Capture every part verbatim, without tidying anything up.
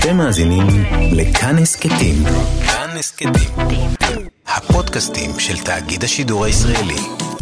אתם מאזינים לכאן הסכתים. כאן הסכתים. הפודקאסטים של תאגיד השידור הישראלי.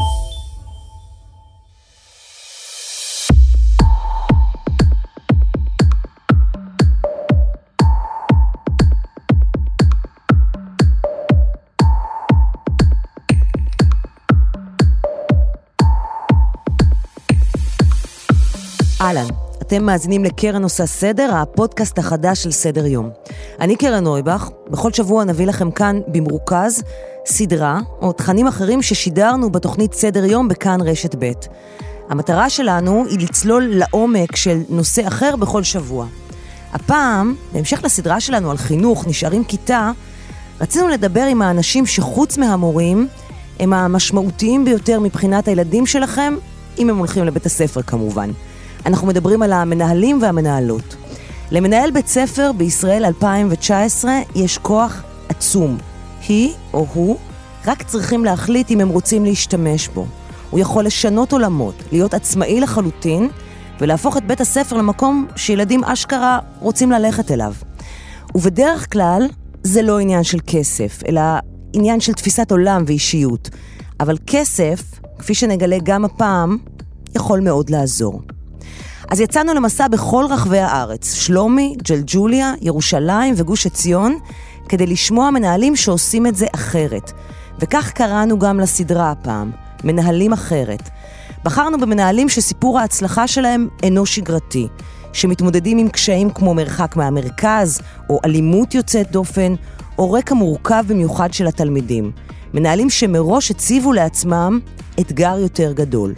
אהלן, אתם מאזינים לקרן עושה סדר, הפודקאסט החדש של סדר יום. אני קרן נויבך, בכל שבוע נביא לכם כאן במרוכז סדרה או תכנים אחרים ששידרנו בתוכנית סדר יום בכאן רשת ב'. המטרה שלנו היא לצלול לעומק של נושא אחר בכל שבוע. הפעם, בהמשך לסדרה שלנו על חינוך, נשארים כיתה, רצינו לדבר עם האנשים שחוץ מהמורים הם המשמעותיים ביותר מבחינת הילדים שלכם, אם הם הולכים לבית הספר כמובן. אנחנו מדברים על המנהלים והמנהלות. למנהל בית ספר בישראל אלפיים תשע עשרה יש כוח עצום. היא או הוא רק צריכים להחליט אם הם רוצים להשתמש בו. הוא יכול לשנות עולמות, להיות עצמאי לחלוטין, ולהפוך את בית הספר למקום שילדים אשכרה רוצים ללכת אליו. ובדרך כלל זה לא עניין של כסף, אלא עניין של תפיסת עולם ואישיות. אבל כסף, כפי שנגלה גם הפעם, יכול מאוד לעזור. אז יצאנו למסע בכל רחבי הארץ, שלומי, ג'לג'וליה, ירושלים וגוש עציון, כדי לשמוע מנהלים שעושים את זה אחרת. וכך קראנו גם לסדרה הפעם, מנהלים אחרת. בחרנו במנהלים שסיפור ההצלחה שלהם אינו שגרתי, שמתמודדים עם קשיים כמו מרחק מהמרכז, או אלימות יוצאת דופן, או רקע מורכב במיוחד של התלמידים. מנהלים שמראש הציבו לעצמם אתגר יותר גדול.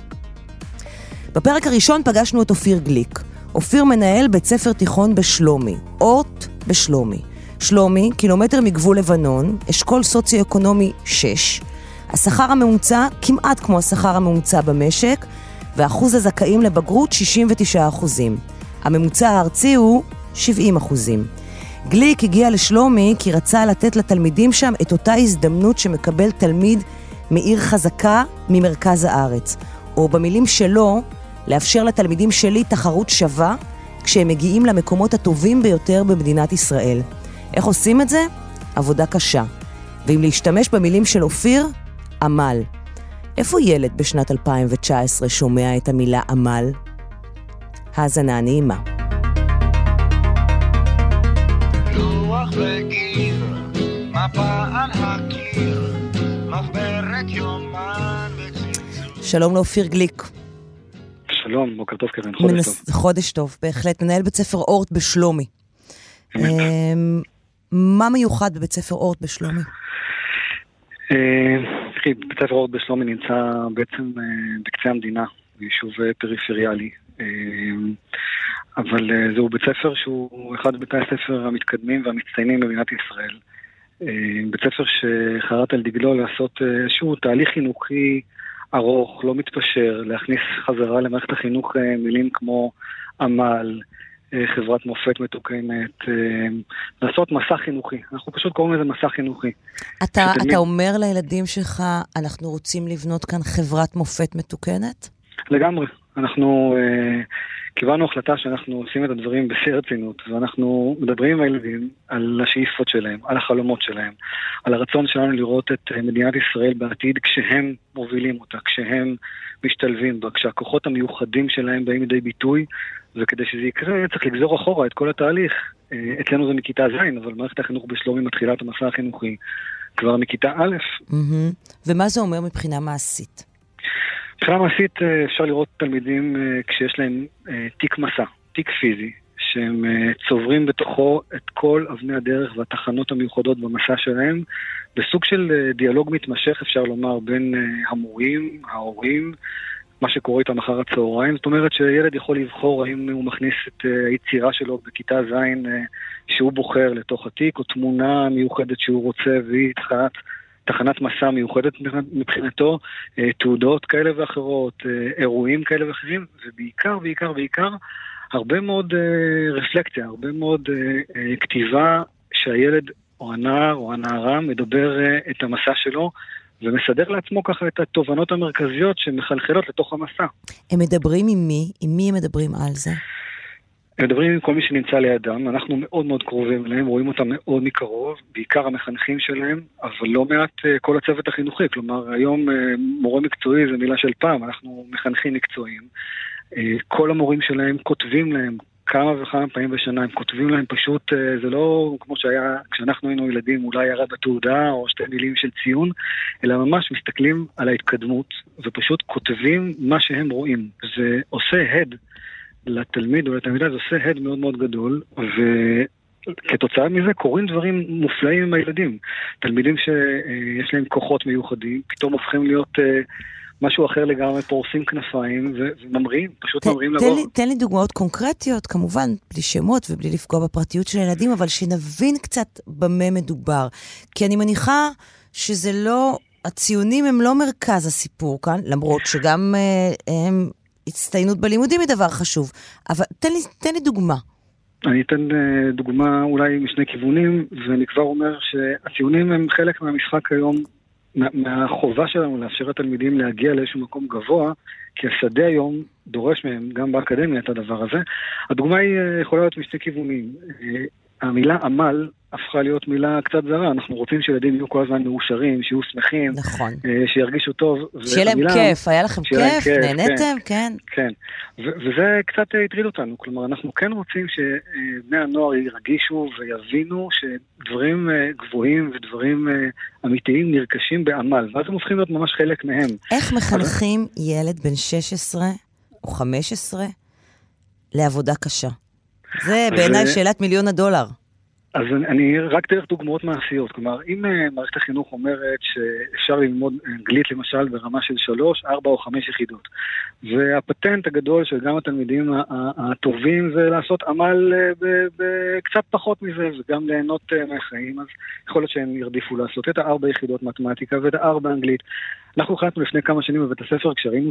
בפרק הראשון פגשנו את אופיר גליק. אופיר מנהל בית ספר תיכון בשלומי, אורט בשלומי. שלומי, קילומטר מגבול לבנון, אשכול סוציו-אקונומי שש. השכר הממוצע כמעט כמו השכר הממוצע במשק, ואחוז הזכאים לבגרות שישים ותשעה אחוזים. הממוצע הארצי הוא שבעים אחוזים. גליק הגיע לשלומי כי רצה לתת לתלמידים שם את אותה הזדמנות שמקבל תלמיד מעיר חזקה ממרכז הארץ. או במילים שלו, לאפשר לתלמידים שלי תחרות שווה, כשהם מגיעים למקומות הטובים ביותר במדינת ישראל. איך עושים את זה? עבודה קשה. ואם להשתמש במילים של אופיר, עמל. איפה ילד בשנת אלפיים תשע עשרה שומע את המילה עמל? האזנה נעימה. לוח וגיר, מפה על הקיר, מחברת יומן וצלצול. שלום לאופיר גליק. שלום, בוקר טוב קרן, חודש מנס... טוב. חודש טוב, בהחלט. מנהל בית ספר אורט בשלומי. מה מיוחד בבית ספר אורט בשלומי? תראי, בית ספר אורט בשלומי נמצא בעצם בקצה המדינה, ביישוב פריפריאלי. אבל זהו בית ספר שהוא אחד מבתי הספר המתקדמים והמצטיינים במדינת ישראל. בית ספר שחרת על דגלו לעשות איזשהו תהליך חינוכי ארוך, לא מתפשר, להכניס חזרה למערכת החינוך מילים כמו עמל, חברת מופת מתוקנת, לעשות מסע חינוכי. אנחנו פשוט קוראים לזה מסע חינוכי. אתה, אתה אומר לילדים שלך, אנחנו רוצים לבנות כאן חברת מופת מתוקנת? לגמרי. אנחנו קיבלנו החלטה שאנחנו עושים את הדברים בשיא רצינות, ואנחנו מדברים עם הילדים על השאיפות שלהם, על החלומות שלהם, על הרצון שלנו לראות את מדינת ישראל בעתיד כשהם מובילים אותה, כשהם משתלבים בה, כשהכוחות המיוחדים שלהם באים לידי ביטוי, וכדי שזה יקרה צריך לגזור אחורה את כל התהליך. אצלנו זה מכיתה ז', אבל מערכת החינוך בשלומי מתחילה את המסע החינוכי כבר מכיתה א'. ומה זה אומר מבחינה מעשית? מבחינה מעשית אפשר לראות תלמידים כשיש להם תיק מסע, תיק פיזי, שהם צוברים בתוכו את כל אבני הדרך והתחנות המיוחדות במסע שלהם, בסוג של דיאלוג מתמשך אפשר לומר בין המורים, ההורים, מה שקורה איתם אחר הצהריים. זאת אומרת שילד יכול לבחור האם הוא מכניס את היצירה שלו בכיתה ז' שהוא בוחר לתוך התיק, או תמונה מיוחדת שהוא רוצה והיא תחנת, תחנת מסע מיוחדת מבחינתו, תעודות כאלה ואחרות, אירועים כאלה ואחרים, ובעיקר, בעיקר, בעיקר, הרבה מאוד רפלקציה, הרבה מאוד כתיבה שהילד או הנער או הנערה מדבר את המסע שלו, ומסדר לעצמו ככה את התובנות המרכזיות שמחלחלות לתוך המסע. הם מדברים עם מי? עם מי הם מדברים על זה? הם מדברים עם כל מי שנמצא לידם, אנחנו מאוד מאוד קרובים אליהם, רואים אותם מאוד מקרוב, בעיקר המחנכים שלהם, אבל לא מעט כל הצוות החינוכי, כלומר היום מורה מקצועי זה מילה של פעם, אנחנו מחנכים מקצועיים, כל המורים שלהם כותבים להם, כמה וכמה פעמים בשנה, הם כותבים להם פשוט, זה לא כמו שהיה, כשאנחנו היינו ילדים, אולי ירד בתעודה או שתי מילים של ציון, אלא ממש מסתכלים על ההתקדמות, ופשוט כותבים מה שהם רואים. זה עושה הד לתלמיד או לתלמידה, זה עושה הד מאוד מאוד גדול, וכתוצאה מזה קורים דברים מופלאים עם הילדים. תלמידים שיש להם כוחות מיוחדים, פתאום הופכים להיות משהו אחר לגמרי, פורסים כנפיים וממריאים, פשוט ממריאים לבוא. תן לי דוגמאות קונקרטיות, כמובן, בלי שמות ובלי לפגוע בפרטיות של הילדים, אבל שנבין קצת במה מדובר. כי אני מניחה שזה לא, הציונים הם לא מרכז הסיפור כאן, למרות שגם הם הצטיינות בלימודים היא דבר חשוב. אבל תן לי, תן לי דוגמה. אני אתן דוגמה אולי משני כיוונים, ואני כבר אומר שהציונים הם חלק מהמשחק היום, מהחובה שלנו לאפשר התלמידים להגיע לאיזשהו מקום גבוה, כי השדה היום דורש מהם, גם באקדמיה, את הדבר הזה. הדוגמה היא יכולה להיות משני כיוונים. המילה עמל הפכה להיות מילה קצת זרה. אנחנו רוצים שילדים יהיו כל הזמן מאושרים, שיהיו שמחים, נכון. שירגישו טוב. שיהיה להם כיף, היה לכם כיף, נהנתם, כן. כן, וזה קצת הטריד אותנו. כלומר, אנחנו כן רוצים שבני הנוער ירגישו ויבינו שדברים גבוהים ודברים אמיתיים נרכשים בעמל, ואז הם הופכים להיות ממש חלק מהם. איך מחנכים ילד בן שש עשרה או חמש עשרה לעבודה קשה? זה בעיניי שאלת מיליון הדולר. אז אני רק דרך דוגמאות מעשיות, כלומר, אם מערכת החינוך אומרת שאפשר ללמוד אנגלית למשל ברמה של שלוש, ארבע או חמש יחידות, והפטנט הגדול של גם התלמידים הטובים זה לעשות עמל בקצת פחות מזה, וגם ליהנות מהחיים, אז יכול להיות שהם ירדיפו לעשות את הארבע יחידות מתמטיקה ואת הארבע אנגלית. אנחנו החלטנו לפני כמה שנים בבית הספר, כשראינו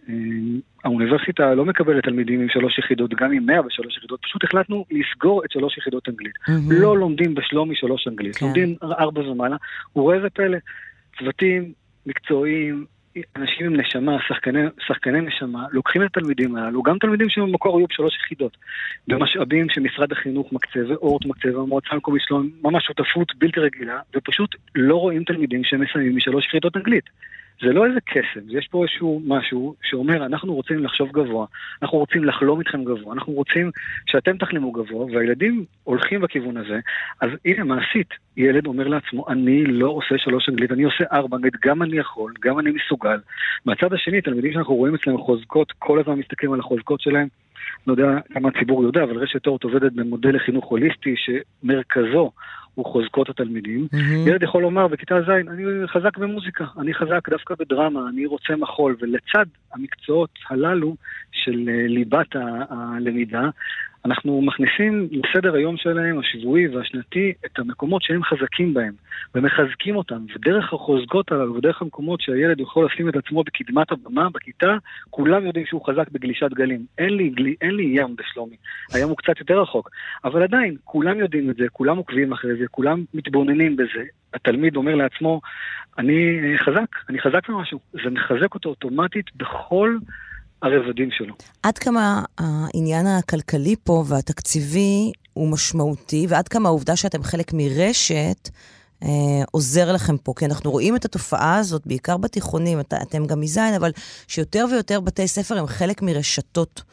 שהאוניברסיטה לא מקבלת תלמידים עם שלוש יחידות, גם עם מאה ושלוש יחידות, פשוט החלטנו לסגור את שלוש יחידות אנגלית. Mm-hmm. לא לומדים בשלומי שלוש אנגלית, כן. לומדים ארבע ומעלה. הוא רואה זה פלא, צוותים מקצועיים, אנשים עם נשמה, שחקני, שחקני נשמה, לוקחים את התלמידים האלו, גם תלמידים שבמקור היו בשלוש יחידות, במשאבים שמשרד החינוך מקצה ואורט מקצה, והמועצה המקומית שלו ממש שותפות בלתי רגילה, ופשוט לא רואים תלמידים שמסיימים משלוש יחידות אנגלית. זה לא איזה קסם, יש פה איזשהו משהו שאומר, אנחנו רוצים לחשוב גבוה, אנחנו רוצים לחלום איתכם גבוה, אנחנו רוצים שאתם תחלמו גבוה, והילדים הולכים בכיוון הזה, אז הנה מעשית, ילד אומר לעצמו, אני לא עושה שלוש אנגלית, אני עושה ארבע אנגלית, גם אני יכול, גם אני מסוגל. מהצד השני, תלמידים שאנחנו רואים אצלם חוזקות, כל הזמן מסתכלים על החוזקות שלהם, לא יודע כמה הציבור יודע, אבל רשת אורט עובדת במודל לחינוך הוליסטי, שמרכזו הוא חוזקות התלמידים. Mm-hmm. ילד יכול לומר בכיתה ז', אני חזק במוזיקה, אני חזק דווקא בדרמה, אני רוצה מחול, ולצד המקצועות הללו של ליבת הלמידה, אנחנו מכניסים לסדר היום שלהם, השבועי והשנתי, את המקומות שהם חזקים בהם, ומחזקים אותם, ודרך החוזקות הללו, ודרך המקומות שהילד יכול לשים את עצמו בקדמת הבמה, בכיתה, כולם יודעים שהוא חזק בגלישת גלים. אין לי, אין לי ים בשלומי, הים הוא קצת יותר רחוק, אבל עדיין, כולם יודעים את זה, כולם עוקבים אחרי זה, כולם מתבוננים בזה. התלמיד אומר לעצמו, אני חזק, אני חזק במשהו. זה מחזק אותו אוטומטית בכל הרבדים שלו. עד כמה העניין הכלכלי פה והתקציבי הוא משמעותי, ועד כמה העובדה שאתם חלק מרשת אה, עוזר לכם פה, כי אנחנו רואים את התופעה הזאת, בעיקר בתיכונים, את, אתם גם מזין, אבל שיותר ויותר בתי ספר הם חלק מרשתות,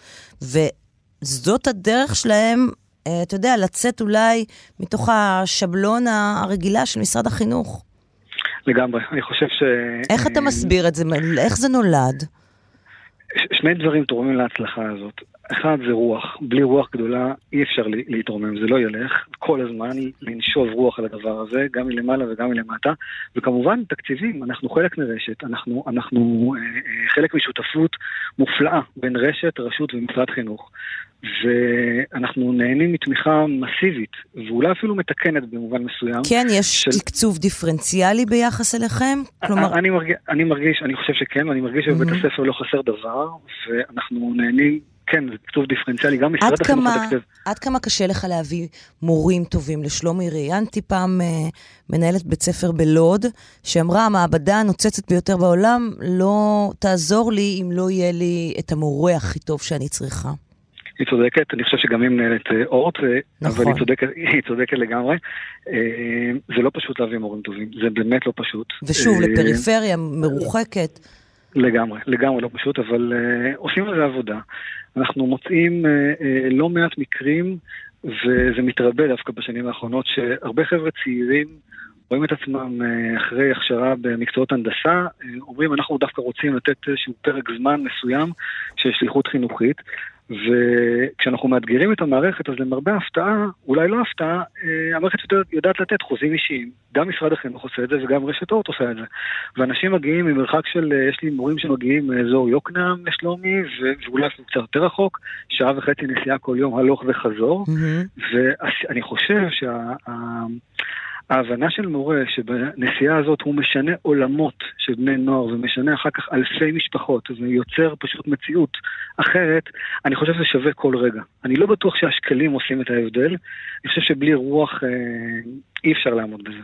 וזאת הדרך שלהם, אה, אתה יודע, לצאת אולי מתוך השבלונה הרגילה של משרד החינוך. לגמרי, אני חושב ש... איך אתה מסביר את זה? איך זה נולד? שני דברים תורמים להצלחה הזאת. אחד זה רוח. בלי רוח גדולה אי אפשר להתרומם, זה לא ילך. כל הזמן לנשוב רוח על הדבר הזה, גם מלמעלה וגם מלמטה. וכמובן תקציבים, אנחנו חלק מרשת, אנחנו, אנחנו אה, חלק משותפות מופלאה בין רשת, רשות ומשרד חינוך. ואנחנו נהנים מתמיכה מסיבית, ואולי אפילו מתקנת במובן מסוים. כן, יש של... תקצוב דיפרנציאלי ביחס אליכם? כלומר... אני, מרגיש, אני מרגיש, אני חושב שכן, ואני מרגיש שבבית mm-hmm. הספר לא חסר דבר, ואנחנו נהנים, כן, זה תקצוב דיפרנציאלי, גם משרד החינוך התקצב. עד כמה קשה לך להביא מורים טובים? לשלומי ראיינתי פעם אה, מנהלת בית ספר בלוד, שאמרה, המעבדה הנוצצת ביותר בעולם, לא תעזור לי אם לא יהיה לי את המורה הכי טוב שאני צריכה. היא צודקת, אני חושב שגם היא מנהלת אורט, נכון. אבל היא צודקת, היא צודקת לגמרי. זה לא פשוט להביא מורים טובים, זה באמת לא פשוט. ושוב, לפריפריה מרוחקת. לגמרי, לגמרי לא פשוט, אבל עושים על זה עבודה. אנחנו מוצאים לא מעט מקרים, וזה מתרבה דווקא בשנים האחרונות, שהרבה חבר'ה צעירים רואים את עצמם אחרי הכשרה במקצועות הנדסה, אומרים אנחנו דווקא רוצים לתת איזשהו פרק זמן מסוים של שליחות חינוכית, וכשאנחנו מאתגרים את המערכת, אז למרבה הפתעה, אולי לא הפתעה, המערכת יודעת לתת חוזים אישיים. גם משרד החינוך עושה את זה, וגם רשת אורט עושה את זה. ואנשים מגיעים ממרחק של, יש לי מורים שמגיעים מאזור יוקנעם לשלומי, ואולי קצת יותר רחוק, שעה וחצי נסיעה כל יום, הלוך וחזור, ואני חושב שה... ההבנה של מורה שבנסיעה הזאת הוא משנה עולמות של בני נוער ומשנה אחר כך אלפי משפחות ויוצר פשוט מציאות אחרת, אני חושב שזה שווה כל רגע. אני לא בטוח שהשקלים עושים את ההבדל, אני חושב שבלי רוח אה, אי אפשר לעמוד בזה.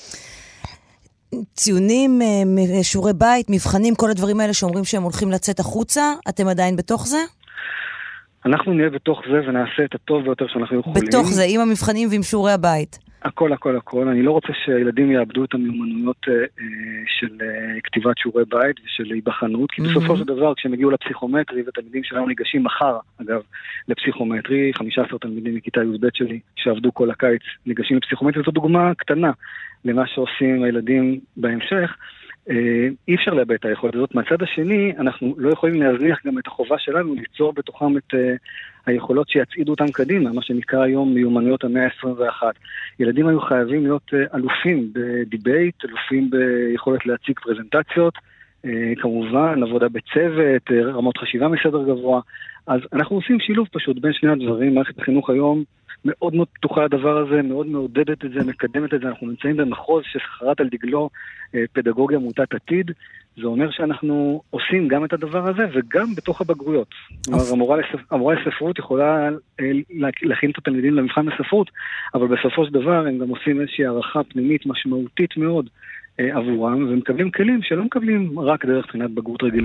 ציונים, שיעורי בית, מבחנים, כל הדברים האלה שאומרים שהם הולכים לצאת החוצה, אתם עדיין בתוך זה? אנחנו נהיה בתוך זה ונעשה את הטוב ביותר שאנחנו יכולים. בתוך זה, עם המבחנים ועם שיעורי הבית. הכל, הכל, הכל. אני לא רוצה שהילדים יאבדו את המיומנויות אה, של אה, כתיבת שיעורי בית ושל היבחנות, כי בסופו של דבר, כשהם הגיעו לפסיכומטרי, ותלמידים שלנו ניגשים מחר, אגב, לפסיכומטרי, חמישה עשר תלמידים מכיתה י"ב שלי, שעבדו כל הקיץ, ניגשים לפסיכומטרי, זו דוגמה קטנה למה שעושים הילדים בהמשך. אי אפשר לאבד את היכולת הזאת. מהצד השני, אנחנו לא יכולים להזניח גם את החובה שלנו ליצור בתוכם את היכולות שיצעידו אותם קדימה, מה שנקרא היום מיומנויות המאה ה-עשרים ואחת. ילדים היו חייבים להיות אלופים בדיבייט, אלופים ביכולת להציג פרזנטציות, כמובן, עבודה בצוות, רמות חשיבה מסדר גבוה. אז אנחנו עושים שילוב פשוט בין שני הדברים. מערכת החינוך היום מאוד מאוד פתוחה הדבר הזה, מאוד מעודדת את זה, מקדמת את זה. אנחנו נמצאים במחוז שחרת על דגלו פדגוגיה מוטת עתיד. זה אומר שאנחנו עושים גם את הדבר הזה וגם בתוך הבגרויות. המורה, לספ... המורה לספרות יכולה להכין את התלמידים למבחן בספרות, אבל בסופו של דבר הם גם עושים איזושהי הערכה פנימית משמעותית מאוד עבורם, ומקבלים כלים שלא מקבלים רק דרך בחינת בגרות רגילה.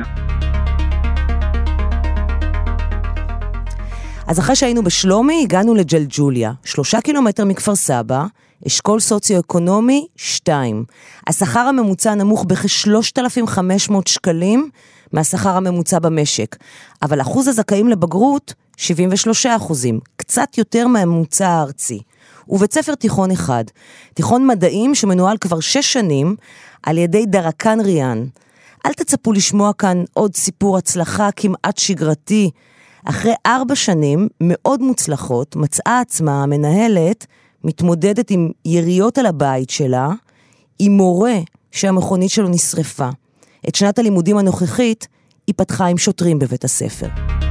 אז אחרי שהיינו בשלומי, הגענו לג'לג'וליה, שלושה קילומטר מכפר סבא, אשכול סוציו-אקונומי שתיים. השכר הממוצע נמוך בכ-שלושת אלפים וחמש מאות שקלים מהשכר הממוצע במשק, אבל אחוז הזכאים לבגרות שבעים ושלושה אחוזים, קצת יותר מהממוצע הארצי. ובית ספר תיכון אחד, תיכון מדעים שמנוהל כבר שש שנים על ידי דרקן ריאן. אל תצפו לשמוע כאן עוד סיפור הצלחה כמעט שגרתי. אחרי ארבע שנים מאוד מוצלחות, מצאה עצמה המנהלת מתמודדת עם יריות על הבית שלה, עם מורה שהמכונית שלו נשרפה. את שנת הלימודים הנוכחית היא פתחה עם שוטרים בבית הספר.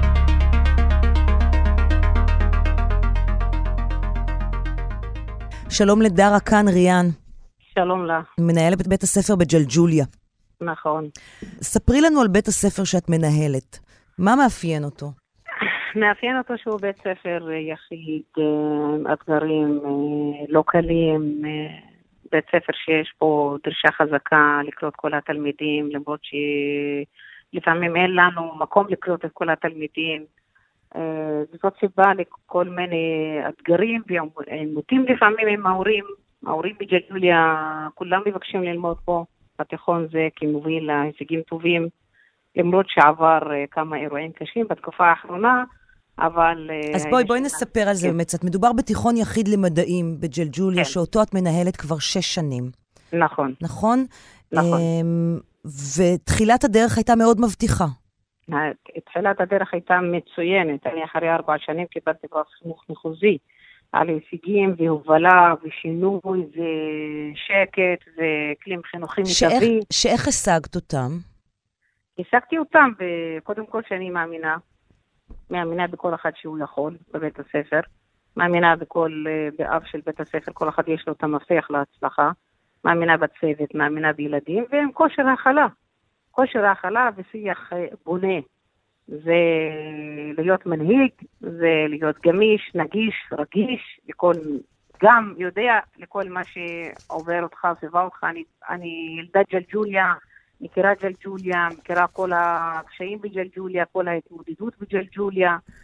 שלום לדרה כאן ריאן. שלום לה. מנהלת בית הספר בג'לג'וליה. נכון. ספרי לנו על בית הספר שאת מנהלת. מה מאפיין אותו? מאפיין אותו שהוא בית ספר יחיד, אתגרים לא קלים, בית ספר שיש פה דרישה חזקה לקלוט כל התלמידים, למרות שלפעמים אין לנו מקום לקלוט את כל התלמידים. זאת סיבה לכל מיני אתגרים ועימותים לפעמים עם ההורים. ההורים בג'לג'וליה כולם מבקשים ללמוד פה בתיכון זה כמוביל להישגים טובים, למרות שעבר כמה אירועים קשים בתקופה האחרונה, אבל... אז בואי, בואי נספר על זה באמת. מדובר בתיכון יחיד למדעים בג'לג'וליה, שאותו את מנהלת כבר שש שנים. נכון. נכון? נכון. ותחילת הדרך הייתה מאוד מבטיחה. תחילת הדרך הייתה מצוינת. אני אחרי ארבע שנים קיבלתי פרס חינוך מחוזי, על הישגים והובלה ושינוי ושקט וכלים חינוכי מיטבי. שאיך השגת אותם? השגתי אותם, וקודם כל שאני מאמינה, מאמינה בכל אחד שהוא יכול בבית הספר, מאמינה בכל, באב של בית הספר, כל אחד יש לו את המפתח להצלחה, מאמינה בצוות, מאמינה בילדים, ועם כושר ההכלה. כושר ההכלה ושיח בונה. זה להיות מנהיג, זה להיות גמיש, נגיש, רגיש, לכל, גם יודע לכל מה שעובר אותך, סביבה אותך. אני, אני ילדת ג'לג'וליה, מכירה ג'לג'וליה, מכירה כל הקשיים בג'לג'וליה, כל ההתמודדות בג'לג'וליה,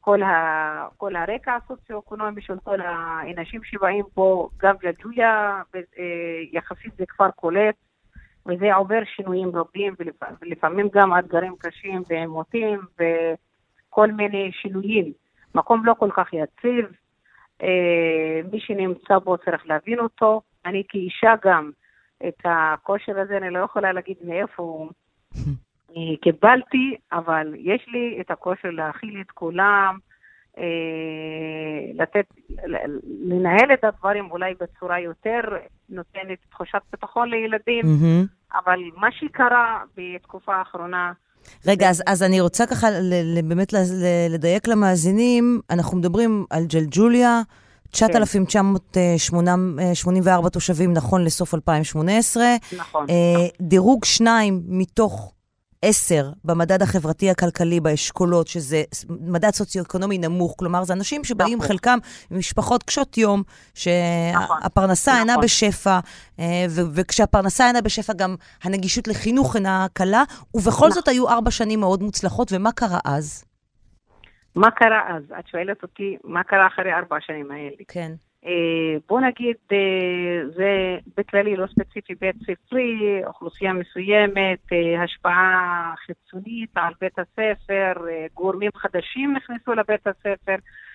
כל, ה, כל הרקע הסוציו-אקונומי של כל האנשים שבאים פה, גם ג'לג'וליה, יחסית זה כפר קולט, וזה עובר שינויים רבים, ולפעמים גם אתגרים קשים ועימותים, וכל מיני שינויים. מקום לא כל כך יציב, מי שנמצא בו צריך להבין אותו. אני כאישה גם, את הכושר הזה אני לא יכולה להגיד מאיפה הוא. קיבלתי, אבל יש לי את הכושר להכיל את כולם, לתת, לנהל את הדברים אולי בצורה יותר נותנת תחושת ביטחון לילדים, אבל מה שקרה בתקופה האחרונה... רגע, אז, אז אני רוצה ככה באמת לדייק למאזינים, אנחנו מדברים על ג'לג'וליה, תשעת אלפים תשע מאות שמונים וארבע תושבים נכון לסוף אלפיים שמונה עשרה, נכון. דירוג שניים מתוך עשר במדד החברתי הכלכלי באשכולות, שזה מדד סוציו-אקונומי נמוך, כלומר זה אנשים שבאים נכון. חלקם ממשפחות קשות יום, שהפרנסה נכון. אינה נכון. בשפע, ו- וכשהפרנסה אינה בשפע גם הנגישות לחינוך אינה קלה, ובכל נכון. זאת היו ארבע שנים מאוד מוצלחות, ומה קרה אז? מה קרה אז? את שואלת אותי, מה קרה אחרי ארבע שנים האלה? כן. בוא נגיד, זה בכללי לא ספציפי בית ספרי, אוכלוסייה מסוימת, השפעה חיצונית על בית הספר, גורמים חדשים נכנסו לבית הספר,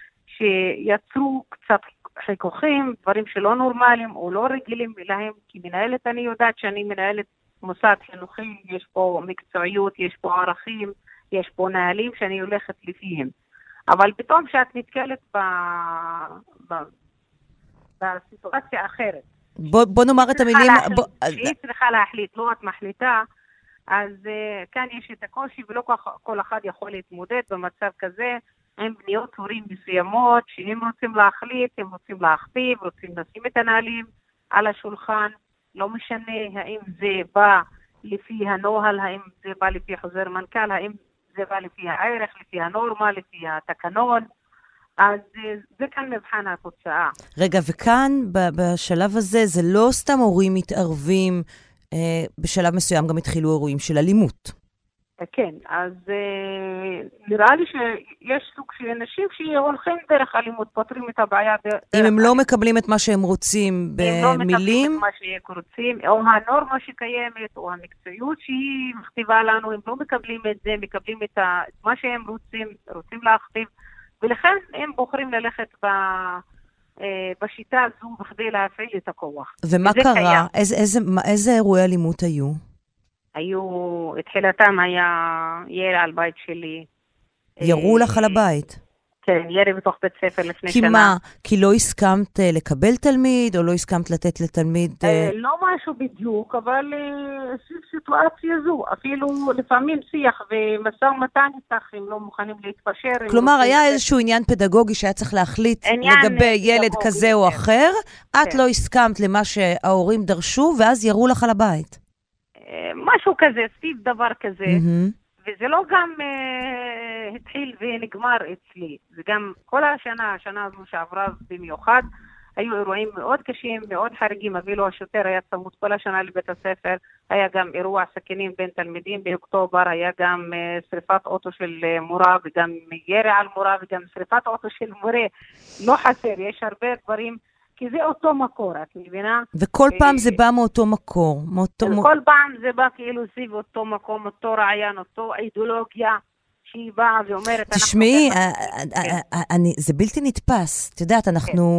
שיצרו קצת חיכוכים, דברים שלא נורמליים או לא רגילים להם, כי מנהלת אני יודעת שאני מנהלת מוסד חינוכי, יש פה מקצועיות, יש פה ערכים, יש פה נהלים שאני הולכת לפיהם. אבל פתאום שאת נתקלת ב... ב... בסיטואציה אחרת. בוא, בוא נאמר את המילים... להחליט, בוא... שהיא צריכה להחליט, לא את מחליטה, אז uh, כאן יש את הקושי, ולא כל, כל אחד יכול להתמודד במצב כזה, עם בניות הורים מסוימות, שהם רוצים להחליט, הם רוצים להכתיב, רוצים לשים את הנהלים על השולחן, לא משנה האם זה בא לפי הנוהל, האם זה בא לפי חוזר מנכ"ל, האם זה בא לפי הערך, לפי הנורמה, לפי התקנון, אז זה כאן מבחן התוצאה. רגע, וכאן בשלב הזה, זה לא סתם הורים מתערבים, אה, בשלב מסוים גם התחילו אירועים של אלימות. כן, אז אה, נראה לי שיש סוג של אנשים שהולכים דרך אלימות, פותרים את הבעיה. דרך אם הם אלימות. לא מקבלים את מה שהם רוצים במילים. הם לא מקבלים את מה שהם רוצים, או הנורמה שקיימת, או המקצועיות שהיא מכתיבה לנו, הם לא מקבלים את זה, מקבלים את, ה, את מה שהם רוצים, רוצים להכתיב. ולכן הם בוחרים ללכת ב, אה, בשיטה הזו בכדי להפעיל את הכוח. ומה קרה? איזה, איזה, איזה אירועי אלימות היו? היו, התחילתם היה ירי על בית שלי. ירו לך על הבית? כן, ירי בתוך בית ספר לפני כי שנה. כי מה? כי לא הסכמת לקבל תלמיד, או לא הסכמת לתת לתלמיד... אה, לא משהו בדיוק, אבל סביב סיטואציה זו. אפילו לפעמים שיח ומשא ומתן איתך, הם לא מוכנים להתפשר. כלומר, היה לתת... איזשהו עניין פדגוגי שהיה צריך להחליט לגבי ילד כזה או אחר, כן. את לא הסכמת למה שההורים דרשו, ואז ירו לך על הבית. משהו כזה, סביב דבר כזה. Mm-hmm. וזה לא גם uh, התחיל ונגמר אצלי. זה גם כל השנה, השנה הזו שעברה במיוחד, היו אירועים מאוד קשים, מאוד חריגים. אפילו השוטר היה צמוד כל השנה לבית הספר. היה גם אירוע סכינים בין תלמידים באוקטובר, היה גם uh, שריפת אוטו של uh, מורה, וגם ירי על מורה, וגם שריפת אוטו של מורה. לא חסר, יש הרבה דברים, כי זה אותו מקור, את מבינה? וכל פעם זה בא מאותו מקור. מאותו כל פעם זה בא כאילו סביב אותו מקום, אותו רעיון, אותו אידיאולוגיה שהיא באה ואומרת... תשמעי, זה בלתי נתפס. את יודעת,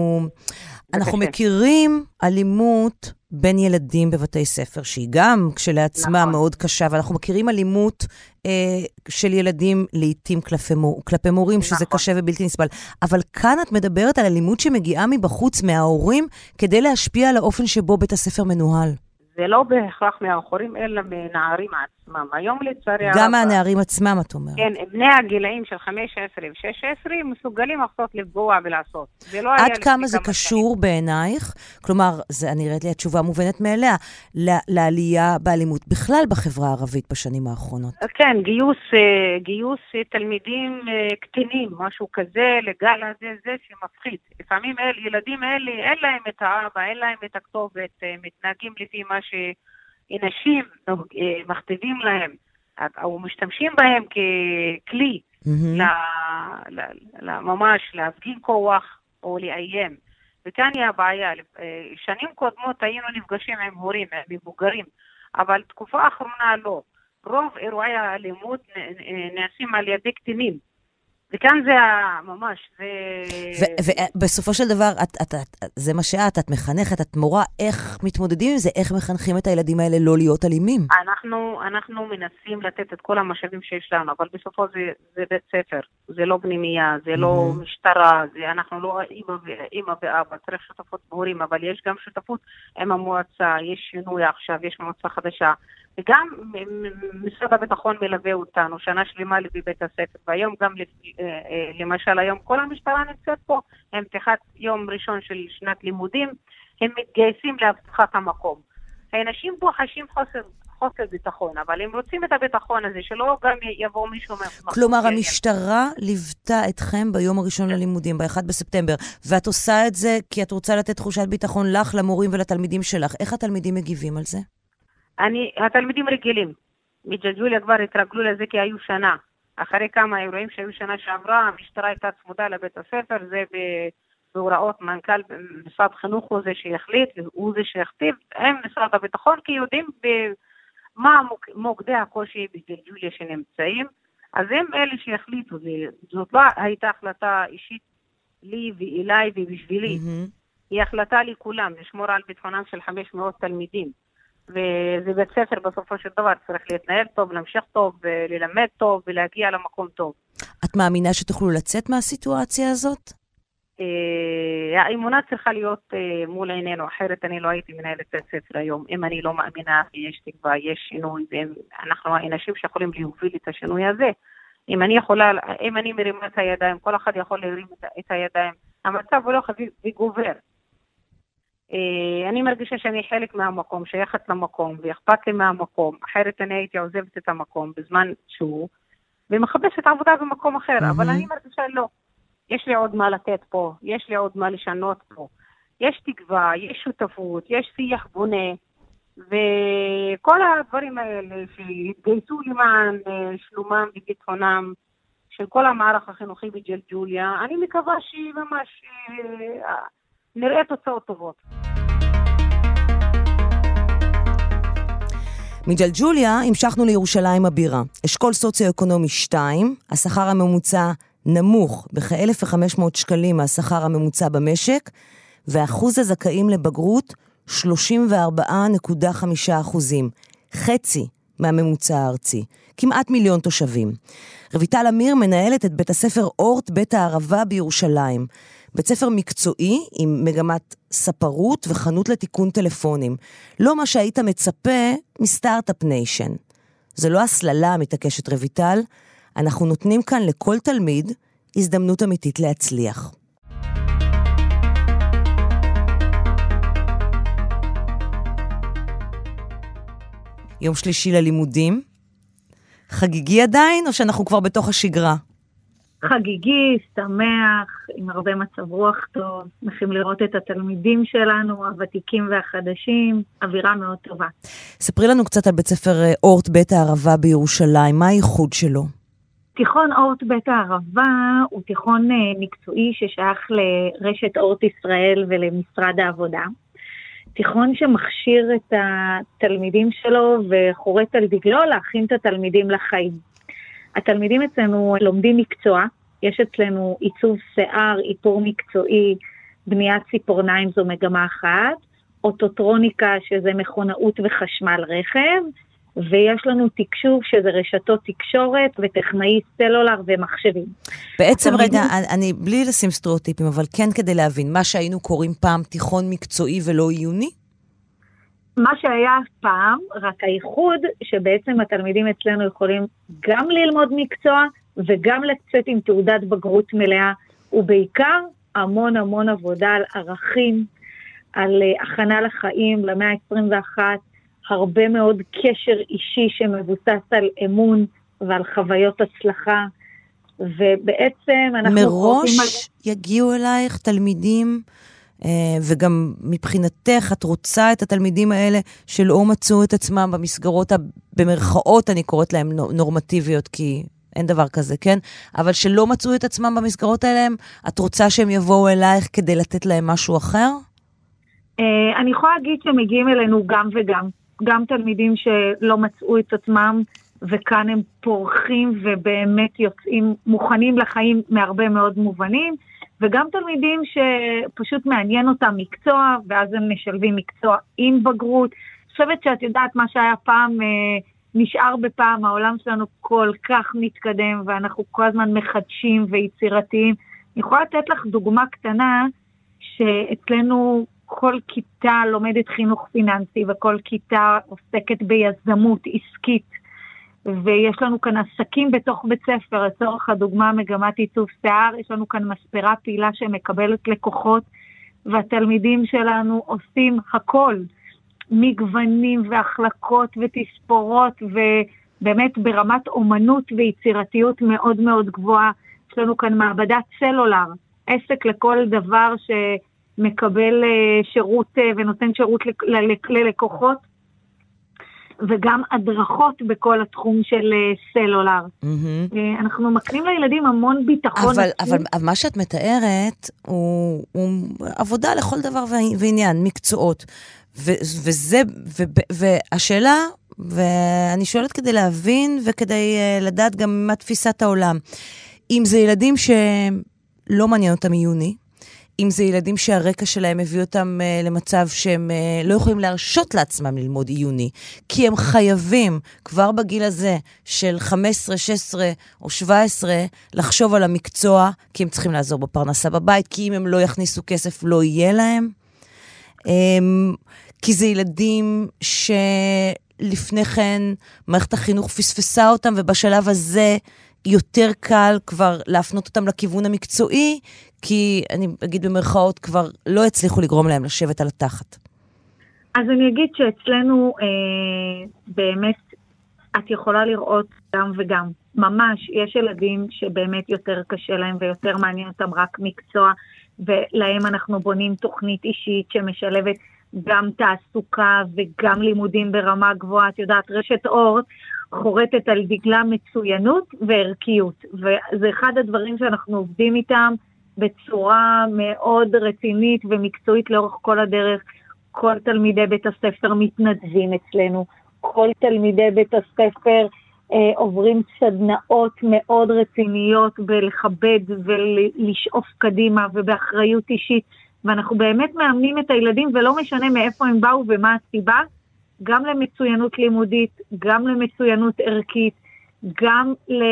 אנחנו מכירים אלימות בין ילדים בבתי ספר, שהיא גם כשלעצמה מאוד קשה, ואנחנו מכירים אלימות של ילדים לעתים כלפי מורים, שזה קשה ובלתי נסבל. אבל כאן את מדברת על אלימות שמגיעה מבחוץ מההורים, כדי להשפיע על האופן שבו בית הספר מנוהל. זה לא בהכרח מההורים, אלא מנערים עצמם. היום לצערי... גם מהנערים עצמם, את אומרת. כן, בני הגילאים של חמש עשרה ו-שש עשרה מסוגלים לעשות לפגוע ולעשות. עד כמה זה קשור בעינייך? כלומר, זה נראית לי התשובה מובנת מאליה, לעלייה באלימות בכלל בחברה הערבית בשנים האחרונות. כן, גיוס, גיוס תלמידים קטינים, משהו כזה, לגל הזה, זה שמפחיד. לפעמים ילדים אלה, אין להם את האבא, אין להם את הכתובת, מתנהגים לפי מה שאנשים מכתיבים להם, או משתמשים בהם ככלי ממש להפגין כוח או לאיים. וכאן היא הבעיה. שנים קודמות היינו נפגשים עם הורים, עם מבוגרים, אבל תקופה האחרונה לא. רוב אירועי האלימות נעשים על ידי קטינים. וכאן זה ממש, זה... ובסופו של דבר, זה מה שאת, את מחנכת, את מורה, איך מתמודדים עם זה, איך מחנכים את הילדים האלה לא להיות אלימים? אנחנו, אנחנו מנסים לתת את כל המשאבים שיש לנו, אבל בסופו זה, זה בית ספר, זה לא פנימייה, זה לא משטרה, זה, אנחנו לא אמא ואבא, צריך שותפות בהורים, אבל יש גם שותפות עם המועצה, יש שינוי עכשיו, יש מועצה חדשה, וגם משרד הביטחון מלווה אותנו, שנה שלמה לבית הספר, והיום גם, למשל היום כל המשטרה נמצאת פה, הם פתיחת יום ראשון של שנת לימודים, הם מתגייסים להבטחת המקום. האנשים פה חשים חוסר, חוסר ביטחון, אבל הם רוצים את הביטחון הזה, שלא גם יבוא מישהו... כלומר, המשטרה ליוותה אתכם ביום הראשון ללימודים, ב-אחד בספטמבר, ואת עושה את זה כי את רוצה לתת תחושת ביטחון לך, למורים ולתלמידים שלך. איך התלמידים מגיבים על זה? אני, התלמידים רגילים. מג'לג'וליה כבר התרגלו לזה כי היו שנה. אחרי כמה אירועים שהיו שנה שעברה, המשטרה הייתה צמודה לבית הספר, זה בהוראות מנכ"ל משרד חינוך הוא זה שיחליט, הוא זה שיכתיב, הם משרד הביטחון, כי יודעים מה מוקדי הקושי בג'לג'וליה שנמצאים, אז הם אלה שיחליטו, זאת לא הייתה החלטה אישית לי ואליי ובשבילי, היא החלטה לכולם, לשמור על ביטחונם של חמש מאות תלמידים. וזה בית ספר בסופו של דבר צריך להתנהל טוב, להמשיך טוב, ללמד טוב ולהגיע למקום טוב. את מאמינה שתוכלו לצאת מהסיטואציה הזאת? האמונה צריכה להיות מול עינינו, אחרת אני לא הייתי מנהלת בית ספר היום. אם אני לא מאמינה ויש תקווה, יש שינוי, ואנחנו האנשים שיכולים להוביל את השינוי הזה. אם אני יכולה, אם אני מרימה את הידיים, כל אחד יכול להרים את הידיים, המצב הוא לא חביב וגובר. אני מרגישה שאני חלק מהמקום, שייכת למקום, ואכפת לי מהמקום, אחרת אני הייתי עוזבת את המקום בזמן שהוא, ומחפשת עבודה במקום אחר, mm-hmm. אבל אני מרגישה לא. יש לי עוד מה לתת פה, יש לי עוד מה לשנות פה, יש תקווה, יש שותפות, יש שיח בונה, וכל הדברים האלה שהתגייסו למען שלומם וביטחונם של כל המערך החינוכי בג'לג'וליה, אני מקווה שממש... נראה תוצאות טובות. מג'לג'וליה המשכנו לירושלים הבירה. אשכול סוציו-אקונומי שתיים, השכר הממוצע נמוך בכ-אלף וחמש מאות שקלים מהשכר הממוצע במשק, ואחוז הזכאים לבגרות שלושים וארבע נקודה חמישה אחוזים, חצי מהממוצע הארצי, כמעט מיליון תושבים. רויטל אמיר מנהלת את בית הספר אורט בית הערבה בירושלים. בית ספר מקצועי עם מגמת ספרות וחנות לתיקון טלפונים. לא מה שהיית מצפה מסטארט-אפ ניישן. זה לא הסללה מתעקשת רויטל, אנחנו נותנים כאן לכל תלמיד הזדמנות אמיתית להצליח. יום שלישי ללימודים. חגיגי עדיין או שאנחנו כבר בתוך השגרה? חגיגי, שמח, עם הרבה מצב רוח טוב, שמחים לראות את התלמידים שלנו, הוותיקים והחדשים, אווירה מאוד טובה. ספרי לנו קצת על בית ספר אורט בית הערבה בירושלים, מה הייחוד שלו? תיכון אורט בית הערבה הוא תיכון מקצועי ששייך לרשת אורט ישראל ולמשרד העבודה. תיכון שמכשיר את התלמידים שלו וחורט על דגלו להכין את התלמידים לחיים. התלמידים אצלנו לומדים מקצוע, יש אצלנו עיצוב שיער, איפור מקצועי, בניית ציפורניים זו מגמה אחת, אוטוטרוניקה שזה מכונאות וחשמל רכב, ויש לנו תקשוב שזה רשתות תקשורת וטכנאי סלולר ומחשבים. בעצם רגע, אני בלי לשים סטריאוטיפים, אבל כן כדי להבין, מה שהיינו קוראים פעם תיכון מקצועי ולא עיוני? מה שהיה פעם, רק הייחוד שבעצם התלמידים אצלנו יכולים גם ללמוד מקצוע וגם לצאת עם תעודת בגרות מלאה, ובעיקר המון המון עבודה על ערכים, על הכנה לחיים, למאה ה-עשרים ואחת, הרבה מאוד קשר אישי שמבוסס על אמון ועל חוויות הצלחה, ובעצם אנחנו... מראש על... יגיעו אלייך תלמידים, וגם מבחינתך את רוצה את התלמידים האלה שלא מצאו את עצמם במסגרות, במרכאות אני קוראת להם נורמטיביות, כי אין דבר כזה, כן? אבל שלא מצאו את עצמם במסגרות האלה, את רוצה שהם יבואו אלייך כדי לתת להם משהו אחר? אני יכולה להגיד שמגיעים אלינו גם וגם. גם תלמידים שלא מצאו את עצמם, וכאן הם פורחים ובאמת יוצאים מוכנים לחיים מהרבה מאוד מובנים, וגם תלמידים שפשוט מעניין אותם מקצוע, ואז הם משלבים מקצוע עם בגרות. אני חושבת שאת יודעת מה שהיה פעם, נשאר בפעם, העולם שלנו כל כך מתקדם, ואנחנו כל הזמן מחדשים ויצירתיים. אני יכולה לתת לך דוגמה קטנה, שאצלנו כל כיתה לומדת חינוך פיננסי, וכל כיתה עוסקת ביזמות עסקית, ויש לנו כאן עסקים בתוך בית ספר, לצורך הדוגמה מגמת עיצוב שיער, יש לנו כאן מספרה פעילה שמקבלת לקוחות, והתלמידים שלנו עושים הכל, מגוונים והחלקות ותספורות, ובאמת ברמת אומנות ויצירתיות מאוד מאוד גבוהה. יש לנו כאן מעבדת סלולר, עסק לכל דבר שמקבל שירות ונותן שירות ללקוחות, וגם הדרכות בכל התחום של סלולר. Mm-hmm. אנחנו מקנים לילדים המון ביטחון. אבל, אבל, אבל מה שאת מתארת הוא, הוא עבודה לכל דבר ועניין, מקצועות. ו, וזה, ו, והשאלה, ואני שואלת כדי להבין וכדי לדעת גם מה תפיסת העולם. אם זה ילדים שלא מעניין אותם עיוני, אם זה ילדים שהרקע שלהם הביא אותם uh, למצב שהם uh, לא יכולים להרשות לעצמם ללמוד עיוני, כי הם חייבים כבר בגיל הזה של חמש עשרה, שש עשרה או שבע עשרה לחשוב על המקצוע, כי הם צריכים לעזור בפרנסה בבית, כי אם הם לא יכניסו כסף לא יהיה להם. Um, כי זה ילדים שלפני כן מערכת החינוך פספסה אותם, ובשלב הזה יותר קל כבר להפנות אותם לכיוון המקצועי, כי אני אגיד במרכאות כבר לא הצליחו לגרום להם לשבת על התחת. אז אני אגיד שאצלנו אה, באמת את יכולה לראות גם וגם. ממש יש ילדים שבאמת יותר קשה להם ויותר מעניין אותם רק מקצוע, ולהם אנחנו בונים תוכנית אישית שמשלבת גם תעסוקה וגם לימודים ברמה גבוהה. את יודעת, רשת אורט חורטת על דגלה מצוינות וערכיות, וזה אחד הדברים שאנחנו עובדים איתם בצורה מאוד רצינית ומקצועית לאורך כל הדרך. כל תלמידי בית הספר מתנדבים אצלנו, כל תלמידי בית הספר אה, עוברים סדנאות מאוד רציניות בלכבד ולשאוף קדימה ובאחריות אישית, ואנחנו באמת מאמנים את הילדים ולא משנה מאיפה הם באו ומה הסיבה, גם למצוינות לימודית, גם למצוינות ערכית, גם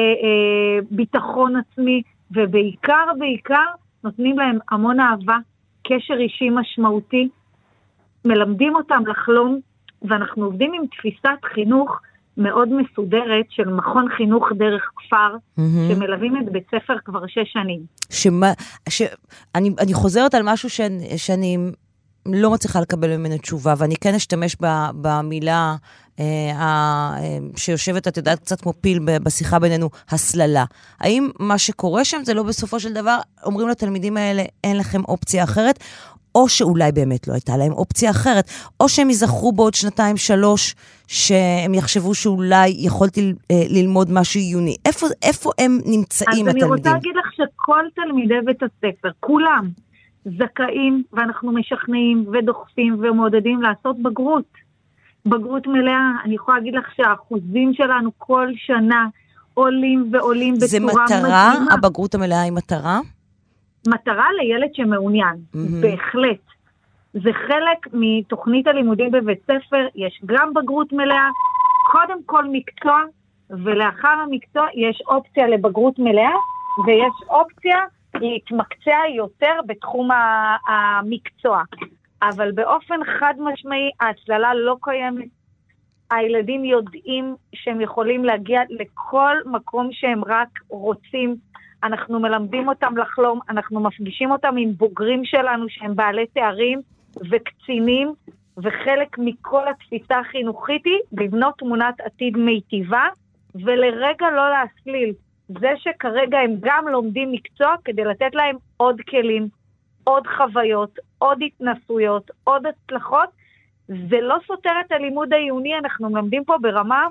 לביטחון עצמי, ובעיקר, בעיקר, נותנים להם המון אהבה, קשר אישי משמעותי, מלמדים אותם לחלום, ואנחנו עובדים עם תפיסת חינוך מאוד מסודרת, של מכון חינוך דרך כפר, mm-hmm. שמלווים את בית ספר כבר שש שנים. שמה, ש... אני, אני חוזרת על משהו שאני, שאני לא מצליחה לקבל ממנו תשובה, ואני כן אשתמש במילה אה, אה, שיושבת, את יודעת, קצת כמו פיל בשיחה בינינו, הסללה. האם מה שקורה שם זה לא בסופו של דבר, אומרים לתלמידים האלה, אין לכם אופציה אחרת, או שאולי באמת לא הייתה להם אופציה אחרת, או שהם יזכרו בעוד שנתיים, שלוש, שהם יחשבו שאולי יכולתי אה, ללמוד משהו עיוני. איפה, איפה הם נמצאים אז התלמידים? אז אני רוצה להגיד לך שכל תלמידי בית הספר, כולם, זכאים, ואנחנו משכנעים ודוחפים ומעודדים לעשות בגרות. בגרות מלאה. אני יכולה להגיד לך שהאחוזים שלנו כל שנה עולים ועולים בצורה מדהימה. זה מטרה? הבגרות המלאה היא מטרה? מטרה לילד שמעוניין, mm-hmm. בהחלט. זה חלק מתוכנית הלימודים בבית ספר, יש גם בגרות מלאה, קודם כל מקצוע, ולאחר המקצוע יש אופציה לבגרות מלאה, ויש אופציה להתמקצע יותר בתחום המקצוע. אבל באופן חד משמעי, ההצללה לא קיימת. הילדים יודעים שהם יכולים להגיע לכל מקום שהם רק רוצים. אנחנו מלמדים אותם לחלום, אנחנו מפגישים אותם עם בוגרים שלנו שהם בעלי תארים וקצינים, וחלק מכל התפיסה החינוכית היא לבנות תמונת עתיד מיטיבה, ולרגע לא להסליל. זה שכרגע הם גם לומדים מקצוע כדי לתת להם עוד כלים, עוד חוויות, עוד התנסויות, עוד הצלחות, זה לא סותר את הלימוד העיוני, אנחנו מלמדים פה ברמה